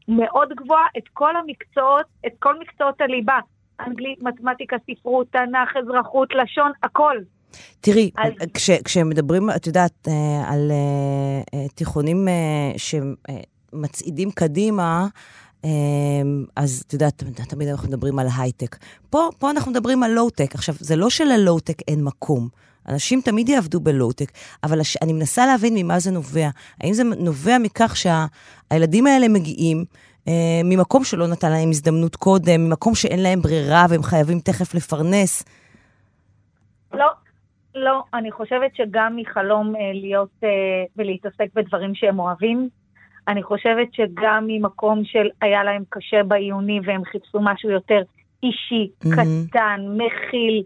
מאוד גבוהה, את כל המקצועות, את כל מקצועות הליבה, אנגלית, מתמטיקה, ספרות, תנ"ך, אזרחות, לשון, הכל. תראי, אז... כש, כשמדברים, את יודעת, על תיכונים שמצעידים קדימה, אז את יודעת, תמיד אנחנו מדברים על הייטק. פה, פה אנחנו מדברים על לואו-טק. עכשיו, זה לא שללואו-טק אין מקום. אנשים תמיד יעבדו בלואו-טק, אבל הש... אני מנסה להבין ממה זה נובע. האם זה נובע מכך שהילדים האלה מגיעים אה, ממקום שלא נתן להם הזדמנות קודם, ממקום שאין להם ברירה והם חייבים תכף לפרנס? לא, לא. אני חושבת שגם מחלום אה, להיות אה, ולהתעסק בדברים שהם אוהבים, אני חושבת שגם ממקום של היה להם קשה בעיוני והם חיפשו משהו יותר אישי, mm-hmm. קטן, מכיל,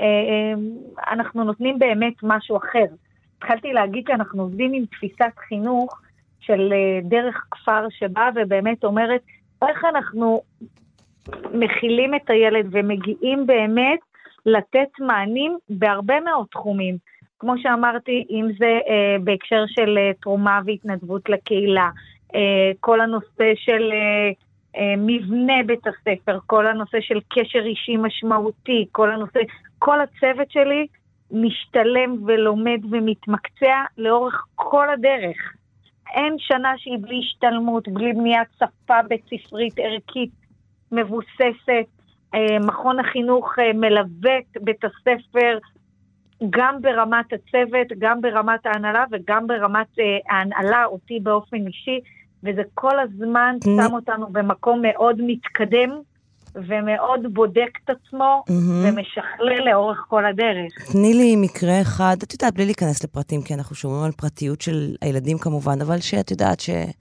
אנחנו נותנים באמת משהו אחר. התחלתי להגיד שאנחנו עובדים עם תפיסת חינוך של דרך כפר שבא ובאמת אומרת איך אנחנו מכילים את הילד ומגיעים באמת לתת מענים בהרבה מאוד תחומים. כמו שאמרתי, אם זה אה, בהקשר של אה, תרומה והתנדבות לקהילה, אה, כל הנושא של אה, אה, מבנה בית הספר, כל הנושא של קשר אישי משמעותי, כל הנושא, כל הצוות שלי משתלם ולומד ומתמקצע לאורך כל הדרך. אין שנה שהיא בלי השתלמות, בלי בניית שפה בית ספרית ערכית מבוססת. אה, מכון החינוך אה, מלווה את בית הספר, גם ברמת הצוות, גם ברמת ההנהלה וגם ברמת אה, ההנהלה, אותי באופן אישי, וזה כל הזמן שם אותנו במקום מאוד מתקדם, ומאוד בודק את עצמו, ומשכלל לאורך כל הדרך. תני לי מקרה אחד, את יודעת, בלי להיכנס לפרטים, כי אנחנו שומעים על פרטיות של הילדים כמובן, אבל שאת יודעת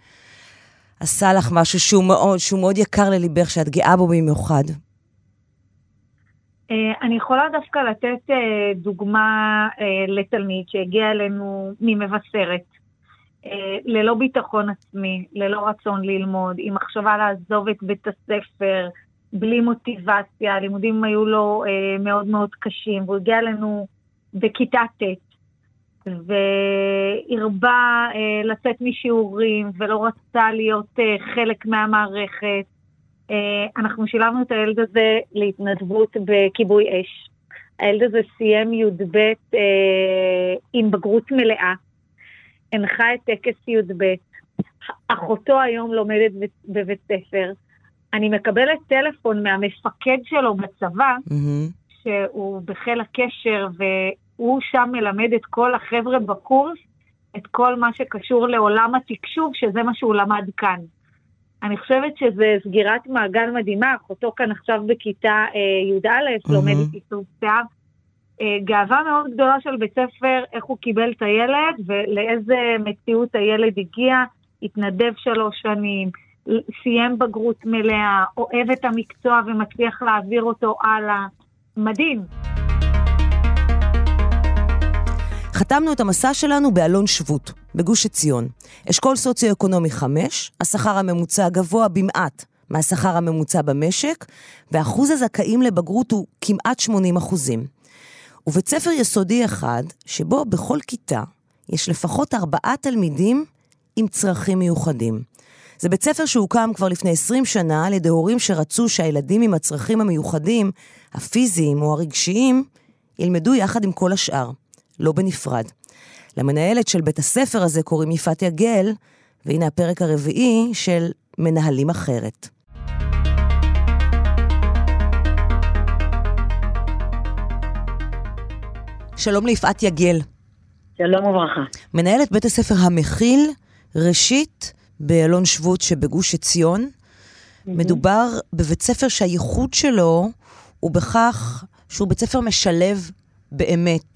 שעשה לך משהו שהוא מאוד, שהוא מאוד יקר לליבך, שאת גאה בו במיוחד. אני יכולה דווקא לתת דוגמה לתלמיד שהגיע אלינו ממבשרת, ללא ביטחון עצמי, ללא רצון ללמוד, עם מחשבה לעזוב את בית הספר, בלי מוטיבציה, הלימודים היו לו מאוד מאוד קשים, והוא הגיע אלינו בכיתה ט' והרבה לצאת משיעורים ולא רצה להיות חלק מהמערכת. אנחנו שילבנו את הילד הזה להתנדבות בכיבוי אש. הילד הזה סיים י"ב עם בגרות מלאה, הנחה את טקס י"ב, אחותו היום לומדת בבית ספר. אני מקבלת טלפון מהמפקד שלו בצבא, mm-hmm. שהוא בחיל הקשר, והוא שם מלמד את כל החבר'ה בקורס, את כל מה שקשור לעולם התקשוב, שזה מה שהוא למד כאן. אני חושבת שזה סגירת מעגל מדהימה, אחותו כאן עכשיו בכיתה אה, י"א, mm-hmm. לומדת עיצוב שיער, אה, גאווה מאוד גדולה של בית ספר, איך הוא קיבל את הילד, ולאיזה מציאות הילד הגיע, התנדב שלוש שנים, סיים בגרות מלאה, אוהב את המקצוע ומצליח להעביר אותו הלאה. מדהים. חתמנו את המסע שלנו באלון שבות, בגוש עציון. אשכול סוציו-אקונומי חמש, השכר הממוצע גבוה במעט מהשכר הממוצע במשק, ואחוז הזכאים לבגרות הוא כמעט שמונים אחוזים. ובית ספר יסודי אחד, שבו בכל כיתה יש לפחות ארבעה תלמידים עם צרכים מיוחדים. זה בית ספר שהוקם כבר לפני עשרים שנה על ידי הורים שרצו שהילדים עם הצרכים המיוחדים, הפיזיים או הרגשיים, ילמדו יחד עם כל השאר, לא בנפרד. למנהלת של בית הספר הזה קוראים יפעת יגל, והנה הפרק הרביעי של מנהלים אחרת. שלום ליפעת יגל. שלום וברכה. מנהלת בית הספר המכיל, ראשית, באלון שבות שבגוש עציון. Mm-hmm. מדובר בבית ספר שהייחוד שלו הוא בכך שהוא בית ספר משלב באמת.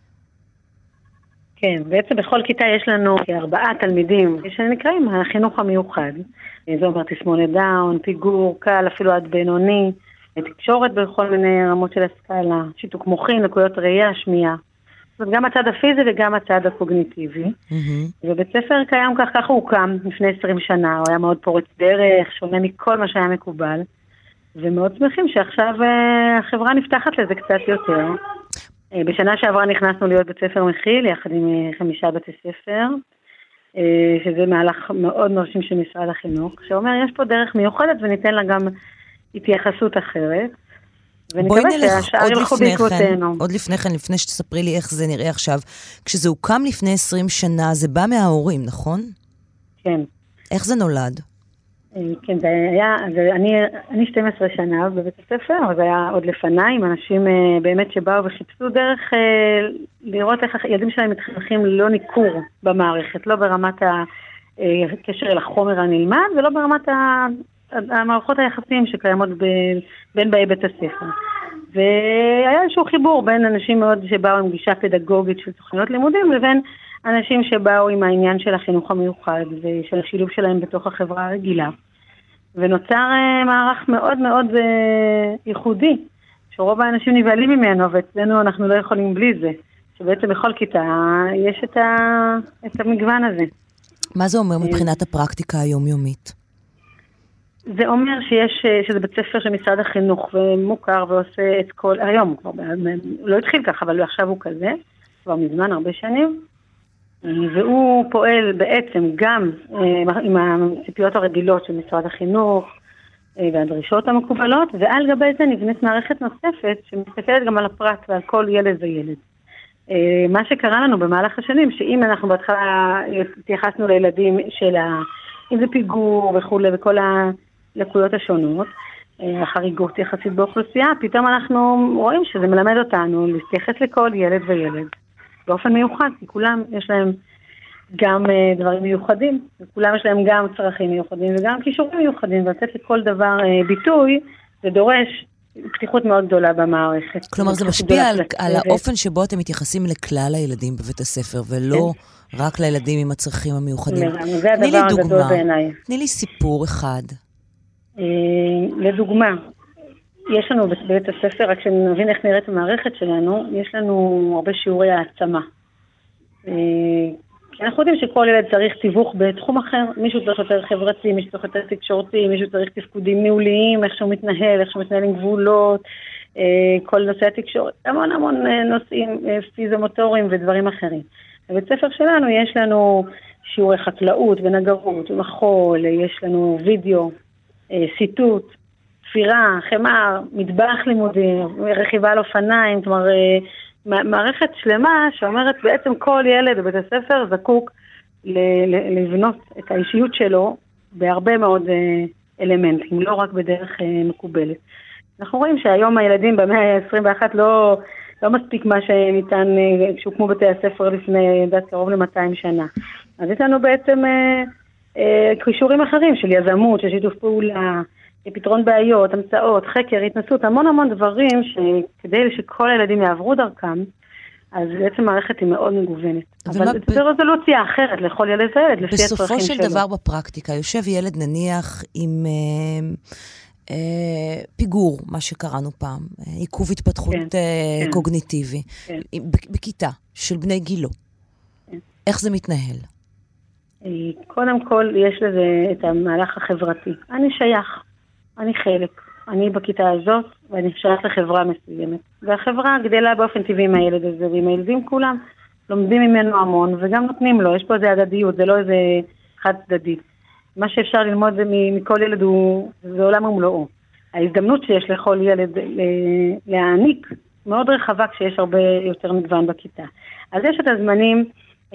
כן, בעצם בכל כיתה יש לנו כארבעה תלמידים שנקראים החינוך המיוחד. זה אומר תסמונת דאון, פיגור, קל, אפילו עד בינוני, תקשורת בכל מיני רמות של הסקאלה, שיתוק מוחין, לקויות ראייה, שמיעה. זאת גם הצד הפיזי וגם הצד הקוגניטיבי. Mm-hmm. ובית ספר קיים כך, ככה הוא קם לפני עשרים שנה, הוא היה מאוד פורץ דרך, שונה מכל מה שהיה מקובל, ומאוד שמחים שעכשיו החברה נפתחת לזה קצת יותר. בשנה שעברה נכנסנו להיות בית ספר מכיל, יחד עם חמישה בתי ספר, שזה מהלך מאוד מרשים של משרד החינוך, שאומר יש פה דרך מיוחדת וניתן לה גם התייחסות אחרת. בואי נלך עוד לפני כן, עוד לפני כן, לפני שתספרי לי איך זה נראה עכשיו. כשזה הוקם לפני עשרים שנה, זה בא מההורים, נכון? כן. איך זה נולד? כן, זה היה, זה, אני, אני שתים עשרה שנה בבית הספר, אבל זה היה עוד לפניי, עם אנשים באמת שבאו וחיפשו דרך לראות איך הילדים שלהם מתחנכים לא ניכור במערכת, לא ברמת הקשר אל החומר הנלמד, ולא ברמת ה... המערכות היחסים שקיימות ב, בין באי בית הספר. והיה איזשהו חיבור בין אנשים מאוד שבאו עם גישה פדגוגית של תוכניות לימודים, לבין אנשים שבאו עם העניין של החינוך המיוחד ושל השילוב שלהם בתוך החברה הרגילה. ונוצר uh, מערך מאוד מאוד uh, ייחודי, שרוב האנשים נבהלים ממנו, ואצלנו אנחנו לא יכולים בלי זה. שבעצם בכל כיתה יש את, ה, את המגוון הזה. מה זה אומר מבחינת הפרקטיקה היומיומית? זה אומר שיש, שזה בית ספר של משרד החינוך ומוכר ועושה את כל, היום כבר, לא התחיל כך, אבל עכשיו הוא כזה, כבר מזמן הרבה שנים, והוא פועל בעצם גם עם הציפיות הרגילות של משרד החינוך והדרישות המקובלות, ועל גבי זה נבנית מערכת נוספת שמסתכלת גם על הפרט ועל כל ילד וילד. מה שקרה לנו במהלך השנים, שאם אנחנו בהתחלה התייחסנו לילדים של ה... אם זה פיגור וכו' וכל הלקויות השונות, החריגות יחסית באוכלוסייה, פתאום אנחנו רואים שזה מלמד אותנו להתייחס לכל ילד וילד באופן מיוחד, כי כולם יש להם גם דברים מיוחדים, וכולם יש להם גם צרכים מיוחדים וגם כישורים מיוחדים, ולתת לכל דבר ביטוי, זה דורש פתיחות מאוד גדולה במערכת. כלומר, זה משפיע על, על האופן שבו אתם מתייחסים לכלל הילדים בבית הספר, ולא כן. רק לילדים עם הצרכים המיוחדים. זה הדבר הגדול בעיניי. תני לי סיפור אחד. לדוגמה, יש לנו בבית הספר, רק שנבין איך נראית המערכת שלנו, יש לנו הרבה שיעורי העצמה. כי אנחנו יודעים שכל ילד צריך תיווך בתחום אחר, מישהו צריך יותר חברתי, מישהו צריך יותר תקשורתי, מישהו צריך תפקודים ניהוליים, איך שהוא מתנהל, איך שהוא מתנהל עם גבולות, כל נושא התקשורת, המון המון נושאים פיזומוטוריים ודברים אחרים. בבית ספר שלנו יש לנו שיעורי חקלאות ונגרות ומחול, יש לנו וידאו, סיטוט, תפירה, חמר, מטבח לימודי, רכיבה על אופניים, כלומר מערכת שלמה שאומרת בעצם כל ילד בבית הספר זקוק לבנות את האישיות שלו בהרבה מאוד אלמנטים, לא רק בדרך מקובלת. אנחנו רואים שהיום הילדים במאה ה-עשרים ואחת לא, לא מספיק מה שניתן כשהוקמו בתי הספר לפני דת קרוב ל-מאתיים שנה. אז יש לנו בעצם קישורים אחרים של יזמות, של שיתוף פעולה, פתרון בעיות, המצאות, חקר, התנסות, המון המון דברים שכדי שכל הילדים יעברו דרכם, אז בעצם מערכת היא מאוד מגוונת. אבל זה רזולוציה אחרת לכל ילד וילד, לפי הצרכים שלו. בסופו של דבר בפרקטיקה, יושב ילד נניח עם פיגור, מה שקראנו פעם, עיכוב התפתחות קוגניטיבי, בכיתה של בני גילו. איך זה מתנהל? קודם כל יש לזה את המהלך החברתי. אני שייך. אני חלק, אני בכיתה הזאת, ואני שייך לחברה מסוימת. והחברה גדלה באופן טבעי עם הילד הזה, ועם הילדים כולם לומדים ממנו המון, וגם נותנים לו, יש פה איזה הדדיות, זה לא איזה חד צדדי. מה שאפשר ללמוד מכל ילד הוא, זה עולם ומלואו. ההזדמנות שיש לכל ילד להעניק מאוד רחבה, כשיש הרבה יותר מגוון בכיתה. אז יש את הזמנים אה,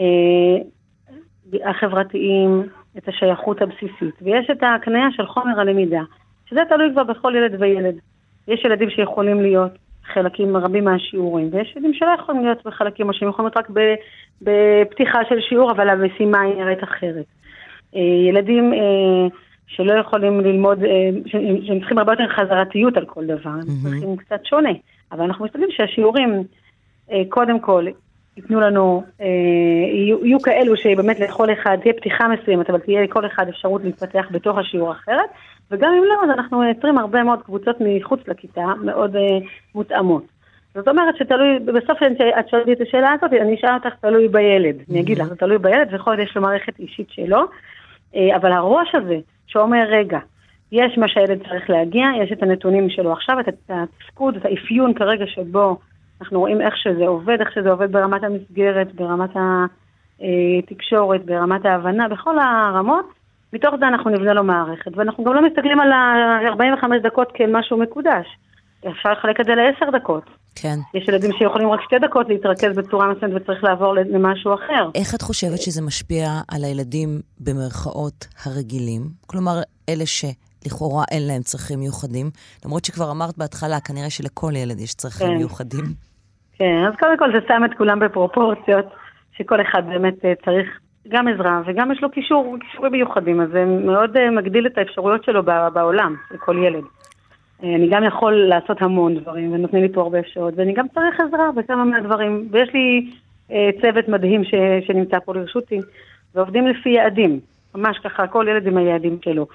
החברתיים, את השייכות הבסיסית, ויש את ההקניה של חומר הלמידה. שזה תלוי כבר בכל ילד וילד. יש ילדים שיכולים להיות חלקים רבים מהשיעורים, ויש ילדים שלא יכולים להיות בחלקים, או שהם יכולים להיות רק בפתיחה של שיעור, אבל המשימה היא נראית אחרת. ילדים שלא יכולים ללמוד, שהם צריכים הרבה יותר חזרתיות על כל דבר, הם צריכים קצת שונה. אבל אנחנו משתדלים שהשיעורים, קודם כל, ייתנו לנו, יהיו כאלו שבאמת לכל אחד תהיה פתיחה מסוימת, אבל תהיה לכל אחד אפשרות להתפתח בתוך השיעור אחרת, וגם אם לא, אז אנחנו יוצרים הרבה מאוד קבוצות מחוץ לכיתה, מאוד uh, מותאמות. זאת אומרת שתלוי, בסוף את שואלת את השאלה הזאת, אני אשאל אותך תלוי בילד. Mm-hmm. אני אגיד לך, תלוי בילד, וכל עוד יש לו מערכת אישית שלו, uh, אבל הראש הזה, שאומר, רגע, יש מה שהילד צריך להגיע, יש את הנתונים שלו עכשיו, את התפקוד, את האפיון כרגע שבו אנחנו רואים איך שזה עובד, איך שזה עובד ברמת המסגרת, ברמת תקשורת, ברמת ההבנה, בכל הרמות, מתוך זה אנחנו נבנה לו מערכת, ואנחנו גם לא מסתכלים על ארבעים וחמש דקות כמשהו מקודש. אפשר לחלק את זה לעשר דקות. כן. יש ילדים שיכולים רק שתי דקות להתרכז בצורה מסוימת וצריך לעבור למשהו אחר. איך את חושבת שזה משפיע על הילדים במרכאות הרגילים? כלומר, אלה שלכאורה אין להם צרכים מיוחדים, למרות שכבר אמרת בהתחלה, כנראה שלכל ילד יש צרכים כן. מיוחדים. כן, אז קודם כל זה שם את כולם בפרופורציות, שכל אחד באמת צריך גם עזרה, וגם יש לו קישור, קישורים מיוחדים, אז זה מאוד מגדיל את האפשרויות שלו בעולם, לכל ילד. אני גם יכול לעשות המון דברים, ונותנים לי פה הרבה אפשרות, ואני גם צריך עזרה בכמה מהדברים, ויש לי אה, צוות מדהים ש, שנמצא פה לרשותי, ועובדים לפי יעדים, ממש ככה, כל ילד עם היעדים שלו.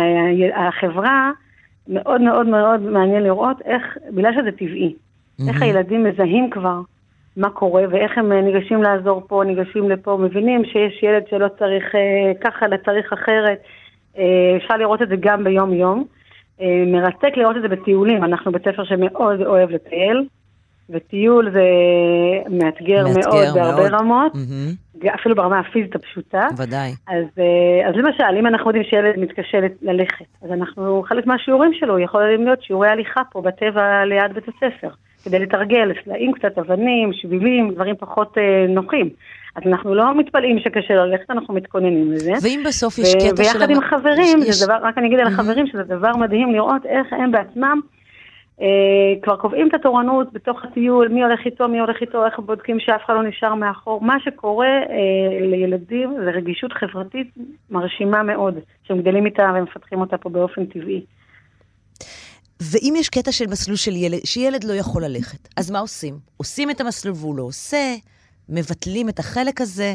החברה מאוד מאוד מאוד מעניין לראות איך, בגלל שזה טבעי, mm-hmm. איך הילדים מזהים כבר מה קורה, ואיך הם ניגשים לעזור פה, ניגשים לפה, מבינים שיש ילד שלא צריך אה, ככה, לא צריך אחרת, אה, אפשר לראות את זה גם ביום יום, מרתק לראות את זה בטיולים, אנחנו בית ספר שמאוד אוהב לטייל, וטיול זה מאתגר, מאתגר מאוד, מאוד בהרבה רמות, mm-hmm. אפילו ברמה הפיזית הפשוטה. ודאי. אז, אז למשל, אם אנחנו יודעים שילד מתקשה ללכת, אז אנחנו, חלק מהשיעורים שלו, יכול להיות שיעורי הליכה פה בטבע ליד בית הספר, כדי לתרגל, סלעים קצת, אבנים, שבילים, דברים פחות אה, נוחים. אז אנחנו לא מתפלאים שקשה ללכת, אנחנו מתכוננים לזה. ואם בסוף יש קטע של... ויחד עם חברים, זה דבר, רק אני אגיד על החברים, שזה דבר מדהים לראות איך הם בעצמם אה, כבר קובעים את התורנות בתוך הטיול, מי הולך איתו, מי הולך איתו, איך בודקים שאף אחד לא נשאר מאחור. מה שקורה אה, לילדים זה רגישות חברתית מרשימה מאוד, שהם גדלים איתה ומפתחים אותה פה באופן טבעי. ואם יש קטע של מסלול של ילד, שילד לא יכול ללכת, אז מה עושים? עושים את המסלול והוא לא עושה, מבטלים את החלק הזה?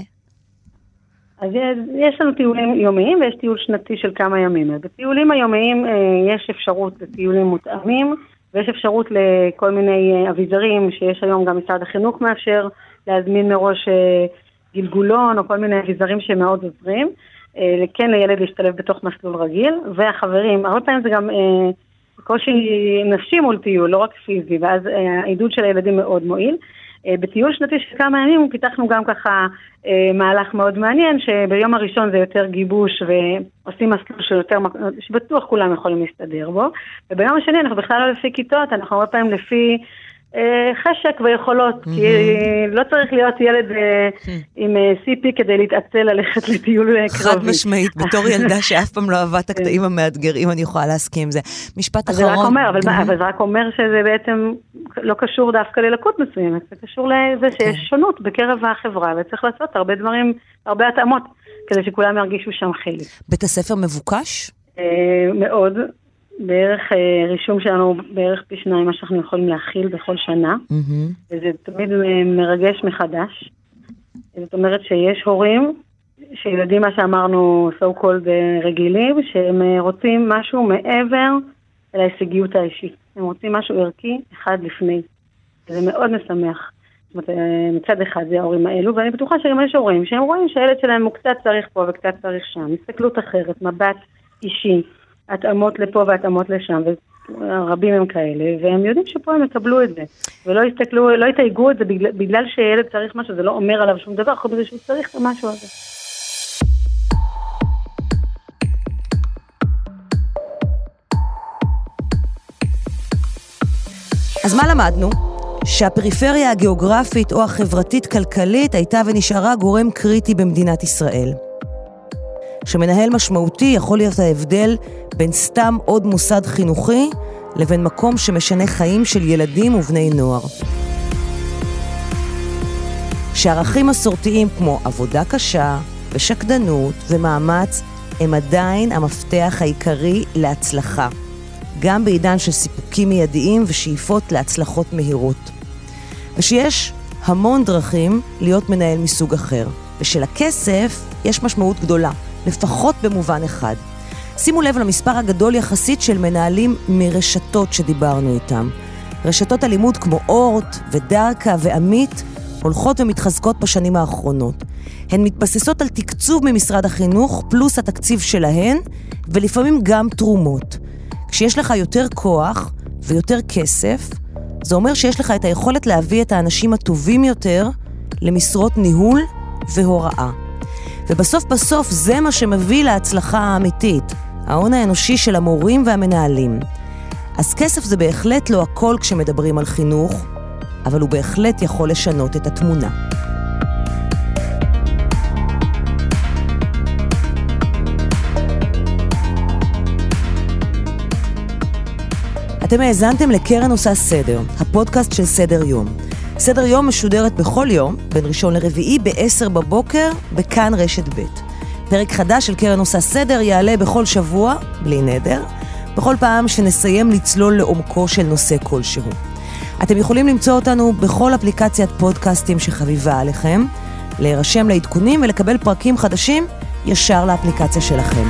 אז יש לנו טיולים יומיים ויש טיול שנתי של כמה ימים. בטיולים היומיים יש אפשרות לטיולים מותאמים, ויש אפשרות לכל מיני אביזרים שיש היום גם משרד החינוך מאפשר, להזמין מראש גלגולון או כל מיני אביזרים שמאוד עוזרים, כן לילד להשתלב בתוך מסלול רגיל, והחברים, הרבה פעמים זה גם קושי נפשי מול טיול, לא רק פיזי, ואז העידוד של הילדים מאוד מועיל. בטיול שנתי של כמה ימים פיתחנו גם ככה מהלך מאוד מעניין, שביום הראשון זה יותר גיבוש ועושים מסלול שיותר, שבטוח כולם יכולים להסתדר בו, וביום השני אנחנו בכלל לא לפי כיתות, אנחנו הרבה פעמים לפי חשק ויכולות, כי לא צריך להיות ילד עם סי פי כדי להתעצל ללכת לטיול קרבי. חד משמעית, בתור ילדה שאף פעם לא אהבה את הקטעים המאתגרים, אני יכולה להסכים עם זה. משפט אחרון. זה רק אומר, אבל זה רק אומר שזה בעצם לא קשור דווקא ללקות מסוימת, זה קשור לזה שיש שונות בקרב החברה, וצריך לעשות הרבה דברים, הרבה התאמות, כדי שכולם ירגישו שם חלק. בית הספר מבוקש? מאוד. בערך רישום שלנו בערך פי שניים מה שאנחנו יכולים להכיל בכל שנה, mm-hmm. וזה תמיד מרגש מחדש. זאת אומרת שיש הורים שילדים מה שאמרנו so called רגילים, שהם רוצים משהו מעבר להישגיות האישית. הם רוצים משהו ערכי אחד לפני. זה מאוד משמח. זאת אומרת, מצד אחד זה ההורים האלו, ואני בטוחה שגם יש הורים שהם רואים שהילד שלהם הוא קצת צריך פה וקצת צריך שם. הסתכלות אחרת, מבט אישי. התאמות לפה והתאמות לשם, ורבים הם כאלה, והם יודעים שפה הם יקבלו את זה, ולא יסתכלו, לא יתייגו את זה בגלל, בגלל שילד צריך משהו, זה לא אומר עליו שום דבר, חוץ מזה שהוא צריך את המשהו הזה. אז מה למדנו? שהפריפריה הגיאוגרפית או החברתית-כלכלית הייתה ונשארה גורם קריטי במדינת ישראל. שמנהל משמעותי יכול להיות ההבדל בין סתם עוד מוסד חינוכי לבין מקום שמשנה חיים של ילדים ובני נוער. שערכים מסורתיים כמו עבודה קשה ושקדנות ומאמץ הם עדיין המפתח העיקרי להצלחה, גם בעידן של סיפוקים מיידיים ושאיפות להצלחות מהירות. ושיש המון דרכים להיות מנהל מסוג אחר, ושלכסף יש משמעות גדולה. לפחות במובן אחד. שימו לב למספר הגדול יחסית של מנהלים מרשתות שדיברנו איתם. רשתות הלימוד כמו אורט ודרקה ועמית הולכות ומתחזקות בשנים האחרונות. הן מתבססות על תקצוב ממשרד החינוך פלוס התקציב שלהן, ולפעמים גם תרומות. כשיש לך יותר כוח ויותר כסף, זה אומר שיש לך את היכולת להביא את האנשים הטובים יותר למשרות ניהול והוראה. ובסוף בסוף זה מה שמביא להצלחה האמיתית, ההון האנושי של המורים והמנהלים. אז כסף זה בהחלט לא הכל כשמדברים על חינוך, אבל הוא בהחלט יכול לשנות את התמונה. אתם האזנתם לקרן עושה סדר, הפודקאסט של סדר יום. סדר יום משודרת בכל יום, בין ראשון לרביעי ב-עשר בבוקר, בכאן רשת ב'. פרק חדש של קרן עושה סדר יעלה בכל שבוע, בלי נדר, בכל פעם שנסיים לצלול לעומקו של נושא כלשהו. אתם יכולים למצוא אותנו בכל אפליקציית פודקאסטים שחביבה עליכם, להירשם לעדכונים ולקבל פרקים חדשים ישר לאפליקציה שלכם.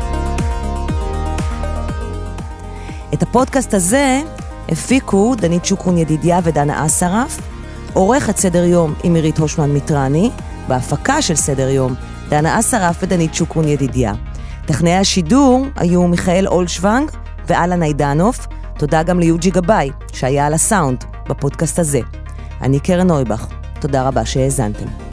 את הפודקאסט הזה הפיקו דנית שוקרון ידידיה ודנה אסרף, עורכת סדר יום עם מירית הושמן מיטרני, בהפקה של סדר יום דנה אסרף ודנית שוקרון ידידיה. טכנאי השידור היו מיכאל אולשוונג ואלן עידנוף. תודה גם ליוג'י גבאי שהיה על הסאונד בפודקאסט הזה. אני קרן נויבך, תודה רבה שהאזנתם.